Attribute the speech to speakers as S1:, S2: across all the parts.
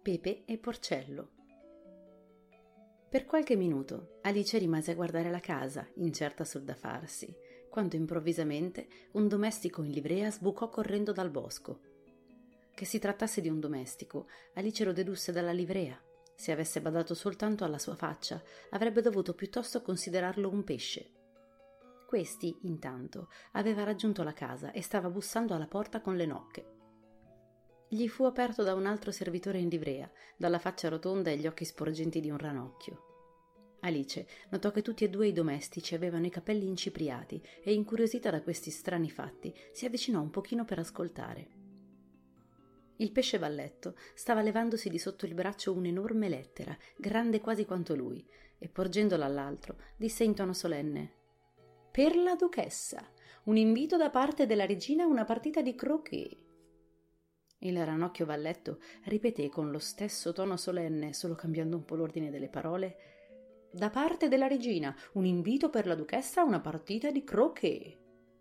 S1: Pepe e Porcello. Per qualche minuto Alice rimase a guardare la casa, incerta sul da farsi, quando improvvisamente un domestico in livrea sbucò correndo dal bosco. Che si trattasse di un domestico, Alice lo dedusse dalla livrea. Se avesse badato soltanto alla sua faccia, avrebbe dovuto piuttosto considerarlo un pesce. Questi, intanto, aveva raggiunto la casa e stava bussando alla porta con le nocche. Gli fu aperto da un altro servitore in livrea, dalla faccia rotonda e gli occhi sporgenti di un ranocchio. Alice notò che tutti e due i domestici avevano i capelli incipriati e, incuriosita da questi strani fatti, si avvicinò un pochino per ascoltare. Il pesce valletto stava levandosi di sotto il braccio un'enorme lettera, grande quasi quanto lui, e porgendola all'altro, disse in tono solenne: «Per la duchessa, un invito da parte della regina a una partita di croquet». Il ranocchio valletto ripeté con lo stesso tono solenne, solo cambiando un po' l'ordine delle parole: «Da parte della regina, un invito per la duchessa a una partita di croquet».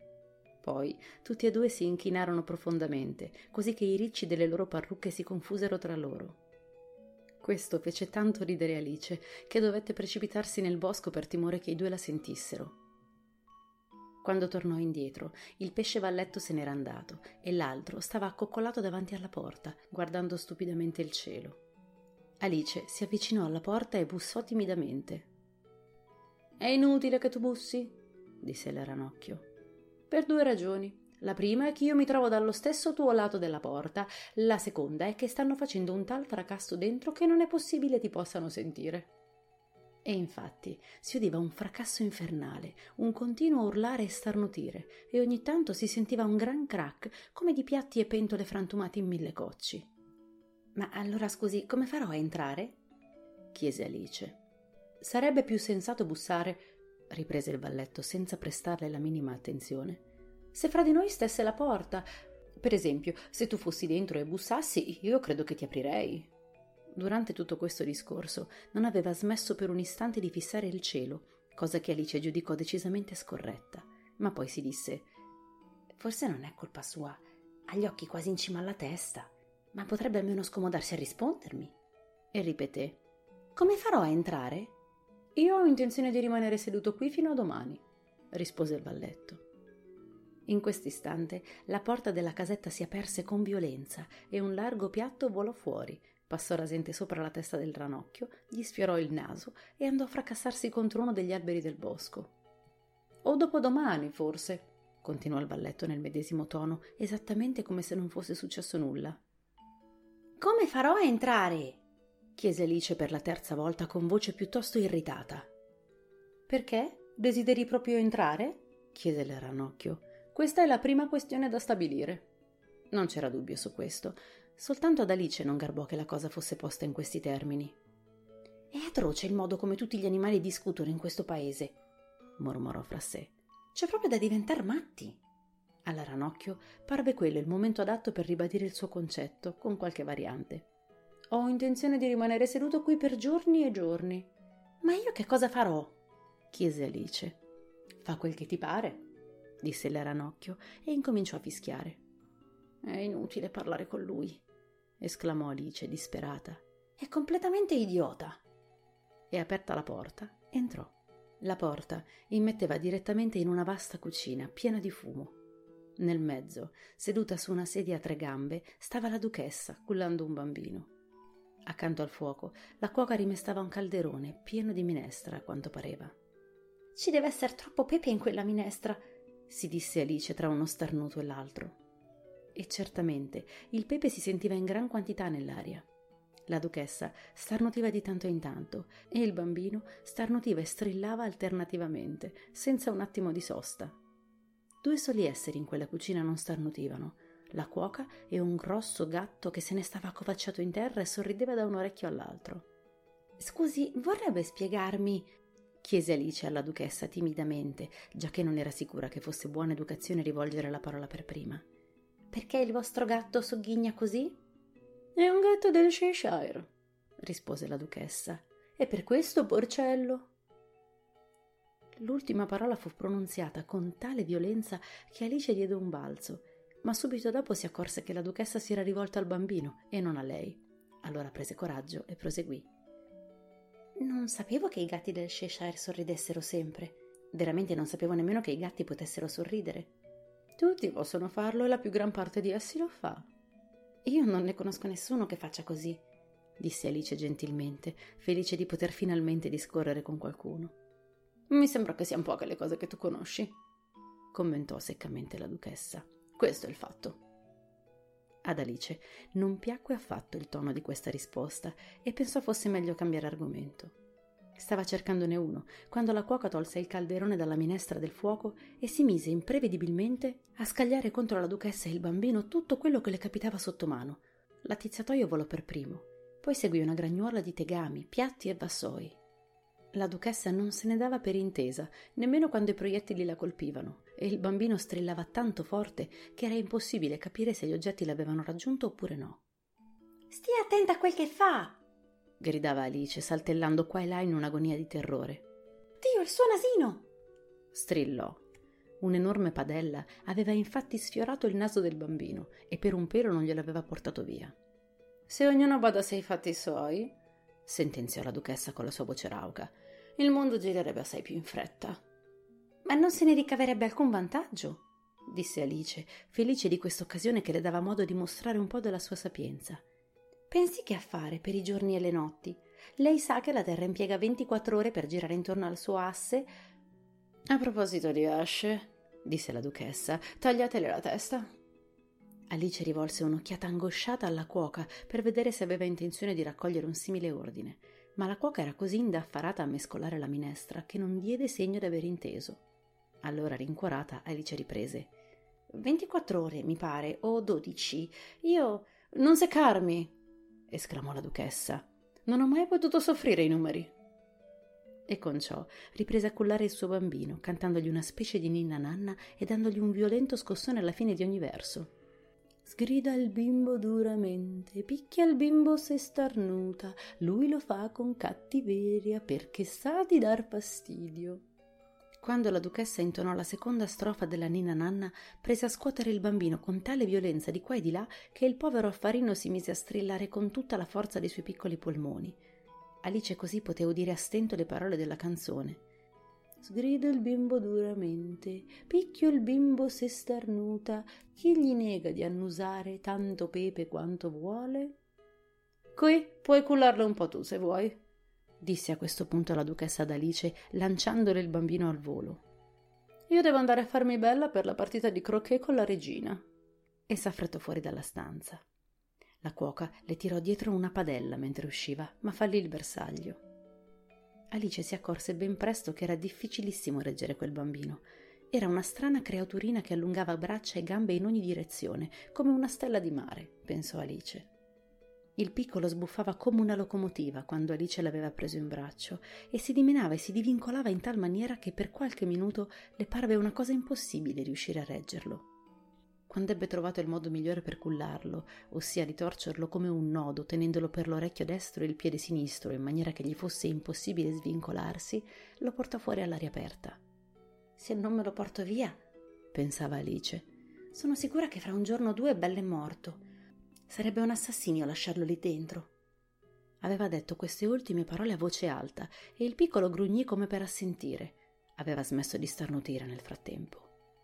S1: Poi tutti e due si inchinarono profondamente, così che i ricci delle loro parrucche si confusero tra loro. Questo fece tanto ridere Alice che dovette precipitarsi nel bosco per timore che i due la sentissero. Quando tornò indietro, il pesce valletto se n'era andato e l'altro stava accoccolato davanti alla porta, guardando stupidamente il cielo. Alice si avvicinò alla porta e bussò timidamente. «È inutile che tu bussi», disse il ranocchio. «Per 2 ragioni. La prima è che io mi trovo dallo stesso tuo lato della porta, la seconda è che stanno facendo un tal fracasso dentro che non è possibile ti possano sentire». E infatti si udiva un fracasso infernale, un continuo urlare e starnutire, e ogni tanto si sentiva un gran crack come di piatti e pentole frantumati in 1000 cocci. «Ma allora scusi, come farò a entrare?» chiese Alice. «Sarebbe più sensato bussare», riprese il valletto senza prestarle la minima attenzione, «se fra di noi stesse la porta. Per esempio, se tu fossi dentro e bussassi, io credo che ti aprirei». Durante tutto questo discorso non aveva smesso per un istante di fissare il cielo, cosa che Alice giudicò decisamente scorretta, ma poi si disse: «Forse non è colpa sua, ha gli occhi quasi in cima alla testa, ma potrebbe almeno scomodarsi a rispondermi». E ripeté: «Come farò a entrare?» «Io ho intenzione di rimanere seduto qui fino a domani», rispose il valletto. In quest'istante la porta della casetta si aperse con violenza e un largo piatto volò fuori, passò rasente sopra la testa del ranocchio, gli sfiorò il naso e andò a fracassarsi contro uno degli alberi del bosco. «O dopodomani, forse», continuò il valletto nel medesimo tono, esattamente come se non fosse successo nulla. «Come farò a entrare?» chiese Alice per la 3ª volta con voce piuttosto irritata. «Perché? Desideri proprio entrare?» chiese il ranocchio. «Questa è la prima questione da stabilire». Non c'era dubbio su questo. Soltanto ad Alice non garbò che la cosa fosse posta in questi termini. «È atroce il modo come tutti gli animali discutono in questo paese», mormorò fra sé. «C'è proprio da diventar matti». Al ranocchio parve quello il momento adatto per ribadire il suo concetto, con qualche variante. «Ho intenzione di rimanere seduto qui per giorni e giorni». «Ma io che cosa farò?» chiese Alice. «Fa quel che ti pare», disse il ranocchio e incominciò a fischiare. «È inutile parlare con lui», esclamò Alice disperata. «È completamente idiota». E aperta la porta, entrò. La porta immetteva direttamente in una vasta cucina piena di fumo. Nel mezzo, seduta su una sedia a 3 gambe, stava la duchessa cullando un bambino. Accanto al fuoco la cuoca rimestava un calderone pieno di minestra, a quanto pareva. «Ci deve essere troppo pepe in quella minestra», si disse Alice tra uno starnuto e l'altro. E certamente il pepe si sentiva in gran quantità nell'aria. La duchessa starnutiva di tanto in tanto e il bambino starnutiva e strillava alternativamente, senza un attimo di sosta. 2 soli esseri in quella cucina non starnutivano: la cuoca e un grosso gatto che se ne stava accovacciato in terra e sorrideva da un orecchio all'altro. «Scusi, vorrebbe spiegarmi?» chiese Alice alla duchessa timidamente, giacché non era sicura che fosse buona educazione rivolgere la parola per prima. «Perché il vostro gatto sogghigna così?» «È un gatto del Cheshire», rispose la duchessa. «E per questo Porcello». L'ultima parola fu pronunziata con tale violenza che Alice diede un balzo, ma subito dopo si accorse che la duchessa si era rivolta al bambino e non a lei. Allora prese coraggio e proseguì. Non sapevo che i gatti del Cheshire sorridessero sempre. Veramente non sapevo nemmeno che i gatti potessero sorridere. Tutti possono farlo e la più gran parte di essi lo fa. Io non ne conosco nessuno che faccia così, disse Alice gentilmente, felice di poter finalmente discorrere con qualcuno. Mi sembra che siano poche le cose che tu conosci, commentò seccamente la duchessa. Questo è il fatto. Ad Alice non piacque affatto il tono di questa risposta e pensò fosse meglio cambiare argomento. Stava cercandone uno, quando la cuoca tolse il calderone dalla minestra del fuoco e si mise imprevedibilmente a scagliare contro la duchessa e il bambino tutto quello che le capitava sotto mano. L'attizzatoio volò per primo, poi seguì una gragnuola di tegami, piatti e vassoi. La duchessa non se ne dava per intesa, nemmeno quando i proiettili la colpivano, e il bambino strillava tanto forte che era impossibile capire se gli oggetti l'avevano raggiunto oppure no. «Stia attenta a quel che fa!» gridava Alice, saltellando qua e là in un'agonia di terrore. «Dio, il suo nasino!» strillò. Un'enorme padella aveva infatti sfiorato il naso del bambino e per un pelo non gliel'aveva portato via. «Se ognuno badasse ai fatti suoi», sentenziò la duchessa con la sua voce rauca, «il mondo girerebbe assai più in fretta». «Ma non se ne ricaverebbe alcun vantaggio», disse Alice, felice di quest'occasione che le dava modo di mostrare un po' della sua sapienza. «Pensi che affare per i giorni e le notti? Lei sa che la Terra impiega 24 ore per girare intorno al suo asse?» «A proposito di asce», disse la duchessa, «tagliatele la testa». Alice rivolse un'occhiata angosciata alla cuoca per vedere se aveva intenzione di raccogliere un simile ordine, ma la cuoca era così indaffarata a mescolare la minestra che non diede segno di aver inteso. Allora, rincuorata, Alice riprese. 24 ore, mi pare, o 12. Io... «Non seccarmi!» esclamò la duchessa. «Non ho mai potuto soffrire i numeri». E con ciò riprese a cullare il suo bambino, cantandogli una specie di ninna nanna e dandogli un violento scossone alla fine di ogni verso. Sgrida il bimbo duramente, picchia il bimbo se starnuta, lui lo fa con cattiveria perché sa di dar fastidio. Quando la duchessa intonò la seconda strofa della ninna nanna, prese a scuotere il bambino con tale violenza di qua e di là che il povero affarino si mise a strillare con tutta la forza dei suoi piccoli polmoni. Alice così poté udire a stento le parole della canzone. Sgrida il bimbo duramente, picchio il bimbo se starnuta, chi gli nega di annusare tanto pepe quanto vuole? Qui puoi cullarlo un po' tu se vuoi, disse a questo punto la duchessa ad Alice, lanciandole il bambino al volo. Io devo andare a farmi bella per la partita di croquet con la regina. E s'affrettò fuori dalla stanza. La cuoca le tirò dietro una padella mentre usciva, ma fallì il bersaglio. Alice si accorse ben presto che era difficilissimo reggere quel bambino. Era una strana creaturina che allungava braccia e gambe in ogni direzione, come una stella di mare, pensò Alice. Il piccolo sbuffava come una locomotiva quando Alice l'aveva preso in braccio e si dimenava e si divincolava in tal maniera che per qualche minuto le parve una cosa impossibile riuscire a reggerlo. Quando ebbe trovato il modo migliore per cullarlo, ossia di torcerlo come un nodo, tenendolo per l'orecchio destro e il piede sinistro, in maniera che gli fosse impossibile svincolarsi, lo portò fuori all'aria aperta. «Se non me lo porto via», pensava Alice, «sono sicura che fra un giorno o due è bell'e morto. Sarebbe un assassinio lasciarlo lì dentro». Aveva detto queste ultime parole a voce alta e il piccolo grugnì come per assentire. Aveva smesso di starnutire nel frattempo.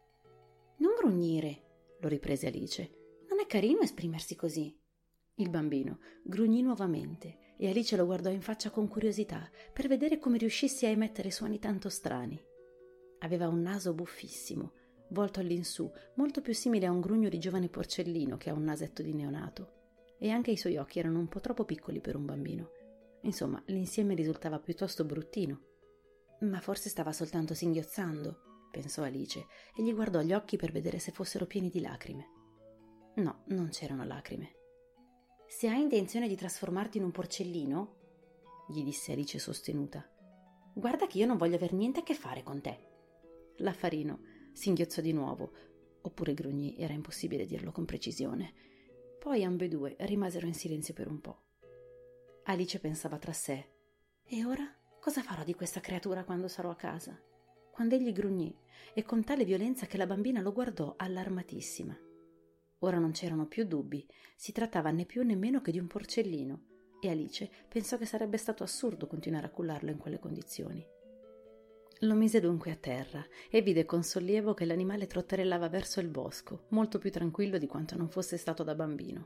S1: «Non grugnire», lo riprese Alice. «Non è carino esprimersi così». Il bambino grugnì nuovamente e Alice lo guardò in faccia con curiosità per vedere come riuscisse a emettere suoni tanto strani. Aveva un naso buffissimo, volto all'insù, molto più simile a un grugno di giovane porcellino che a un nasetto di neonato, e anche i suoi occhi erano un po' troppo piccoli per un bambino. Insomma, l'insieme risultava piuttosto bruttino. Ma forse stava soltanto singhiozzando, pensò Alice, e gli guardò gli occhi per vedere se fossero pieni di lacrime. No, non c'erano lacrime. «Se hai intenzione di trasformarti in un porcellino», gli disse Alice sostenuta, «guarda che io non voglio aver niente a che fare con te». L'affarino singhiozzò di nuovo, oppure grugnì, era impossibile dirlo con precisione. Poi ambedue rimasero in silenzio per un po'. Alice pensava tra sé, «E ora cosa farò di questa creatura quando sarò a casa?» Quando egli grugnì, e con tale violenza che la bambina lo guardò allarmatissima. Ora non c'erano più dubbi, si trattava né più né meno che di un porcellino, e Alice pensò che sarebbe stato assurdo continuare a cullarlo in quelle condizioni. Lo mise dunque a terra e vide con sollievo che l'animale trotterellava verso il bosco, molto più tranquillo di quanto non fosse stato da bambino.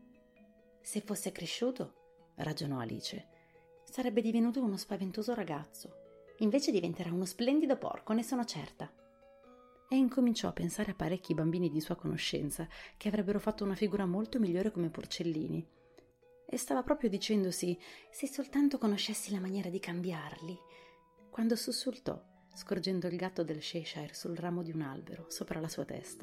S1: Se fosse cresciuto, ragionò Alice, sarebbe divenuto uno spaventoso ragazzo. Invece diventerà uno splendido porco, ne sono certa. E incominciò a pensare a parecchi bambini di sua conoscenza che avrebbero fatto una figura molto migliore come porcellini. E stava proprio dicendosi: se soltanto conoscessi la maniera di cambiarli, quando sussultò, scorgendo il gatto del Cheshire sul ramo di un albero sopra la sua testa.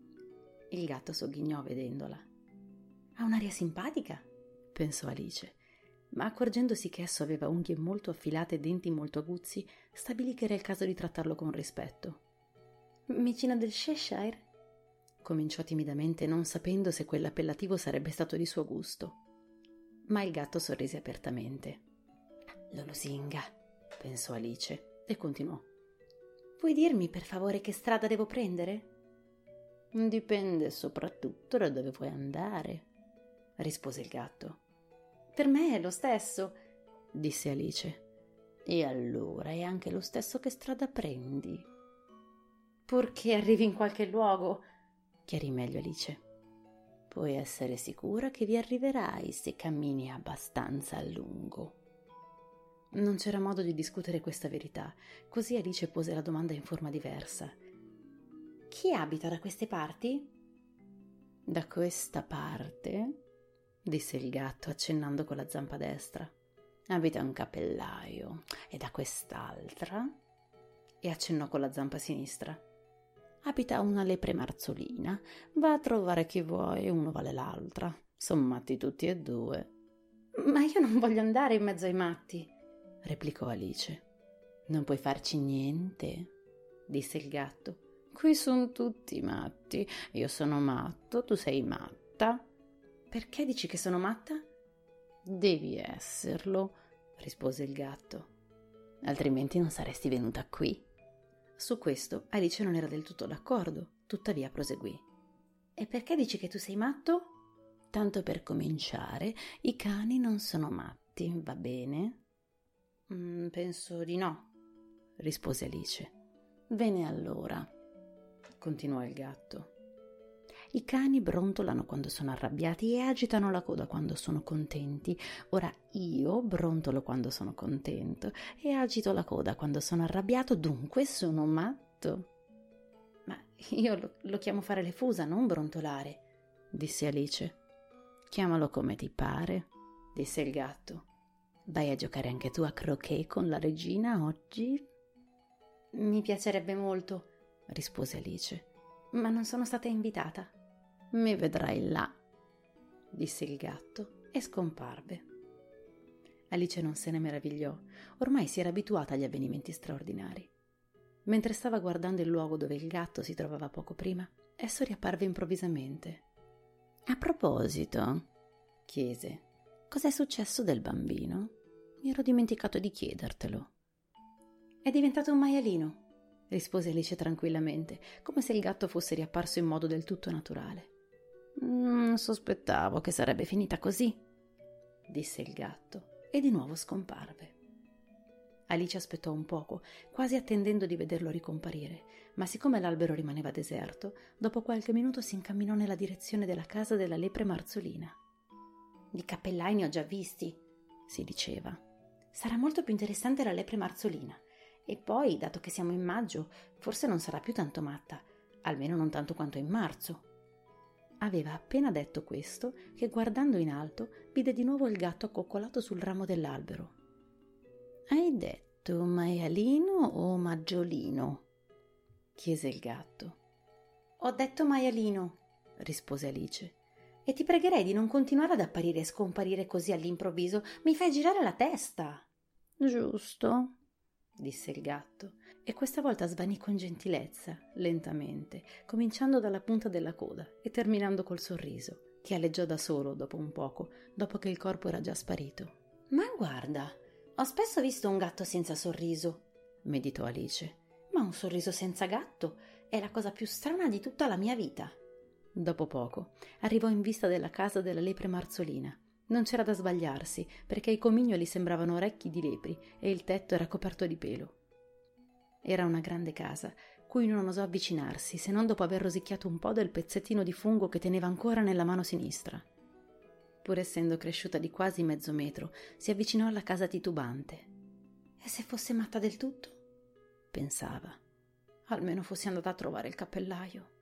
S1: Il gatto sogghignò vedendola. Ha un'aria simpatica, pensò Alice, ma accorgendosi che esso aveva unghie molto affilate e denti molto aguzzi, stabilì che era il caso di trattarlo con rispetto. Micino del Cheshire? Cominciò timidamente, non sapendo se quell'appellativo sarebbe stato di suo gusto. Ma il gatto sorrise apertamente. Lo lusinga, pensò Alice, e continuò. Puoi dirmi, per favore, che strada devo prendere? Dipende soprattutto da dove vuoi andare, rispose il gatto. Per me è lo stesso, disse Alice. E allora è anche lo stesso che strada prendi? Purché arrivi in qualche luogo, chiarì meglio Alice. Puoi essere sicura che vi arriverai se cammini abbastanza a lungo. Non c'era modo di discutere questa verità, così Alice pose la domanda in forma diversa. Chi abita da queste parti? Da questa parte? Disse il gatto accennando con la zampa destra. Abita un cappellaio. E da quest'altra? E accennò con la zampa sinistra. Abita una lepre marzolina. Va a trovare chi vuoi, uno vale l'altra. Son matti tutti e due. Ma io non voglio andare in mezzo ai matti, replicò Alice. Non puoi farci niente, disse il gatto. Qui sono tutti matti. Io sono matto, tu sei matta. Perché dici che sono matta? Devi esserlo, rispose il gatto. Altrimenti non saresti venuta qui. Su questo Alice non era del tutto d'accordo, tuttavia proseguì. E perché dici che tu sei matto? Tanto per cominciare, i cani non sono matti, va bene? Penso di no, rispose Alice. Bene allora, continuò il gatto. I cani brontolano quando sono arrabbiati e agitano la coda quando sono contenti. Ora io brontolo quando sono contento e agito la coda quando sono arrabbiato, dunque sono matto. Ma io lo chiamo fare le fusa, non brontolare, disse Alice. Chiamalo come ti pare, disse il gatto. Vai a giocare anche tu a croquet con la regina oggi? Mi piacerebbe molto, rispose Alice, ma non sono stata invitata. Mi vedrai là, disse il gatto e scomparve. Alice non se ne meravigliò, ormai si era abituata agli avvenimenti straordinari. Mentre stava guardando il luogo dove il gatto si trovava poco prima, esso riapparve improvvisamente. A proposito, chiese, cos'è successo del bambino? Mi ero dimenticato di chiedertelo. È diventato un maialino, rispose Alice tranquillamente, come se il gatto fosse riapparso in modo del tutto naturale. Sospettavo che sarebbe finita così, disse il gatto, e di nuovo scomparve. Alice aspettò un poco, quasi attendendo di vederlo ricomparire, ma siccome l'albero rimaneva deserto, dopo qualche minuto si incamminò nella direzione della casa della lepre marzolina. Di cappellai ne ho già visti, si diceva. Sarà molto più interessante la lepre marzolina. E poi, dato che siamo in maggio, forse non sarà più tanto matta, almeno non tanto quanto in marzo. Aveva appena detto questo che, guardando in alto, vide di nuovo il gatto accoccolato sul ramo dell'albero. Hai detto maialino o maggiolino? Chiese il gatto. Ho detto maialino, rispose Alice. E ti pregherei di non continuare ad apparire e scomparire così all'improvviso. Mi fai girare la testa. Giusto, disse il gatto, e questa volta svanì con gentilezza, lentamente, cominciando dalla punta della coda e terminando col sorriso, che aleggiò da solo dopo un poco, dopo che il corpo era già sparito. Ma guarda, ho spesso visto un gatto senza sorriso, meditò Alice, ma un sorriso senza gatto è la cosa più strana di tutta la mia vita. Dopo poco arrivò in vista della casa della lepre marzolina Non c'era da sbagliarsi, perché i comignoli sembravano orecchi di lepri e il tetto era coperto di pelo. Era una grande casa, cui non osò avvicinarsi, se non dopo aver rosicchiato un po' del pezzettino di fungo che teneva ancora nella mano sinistra. Pur essendo cresciuta di quasi mezzo metro, si avvicinò alla casa titubante. E se fosse matta del tutto? Pensava. Almeno fossi andata a trovare il cappellaio.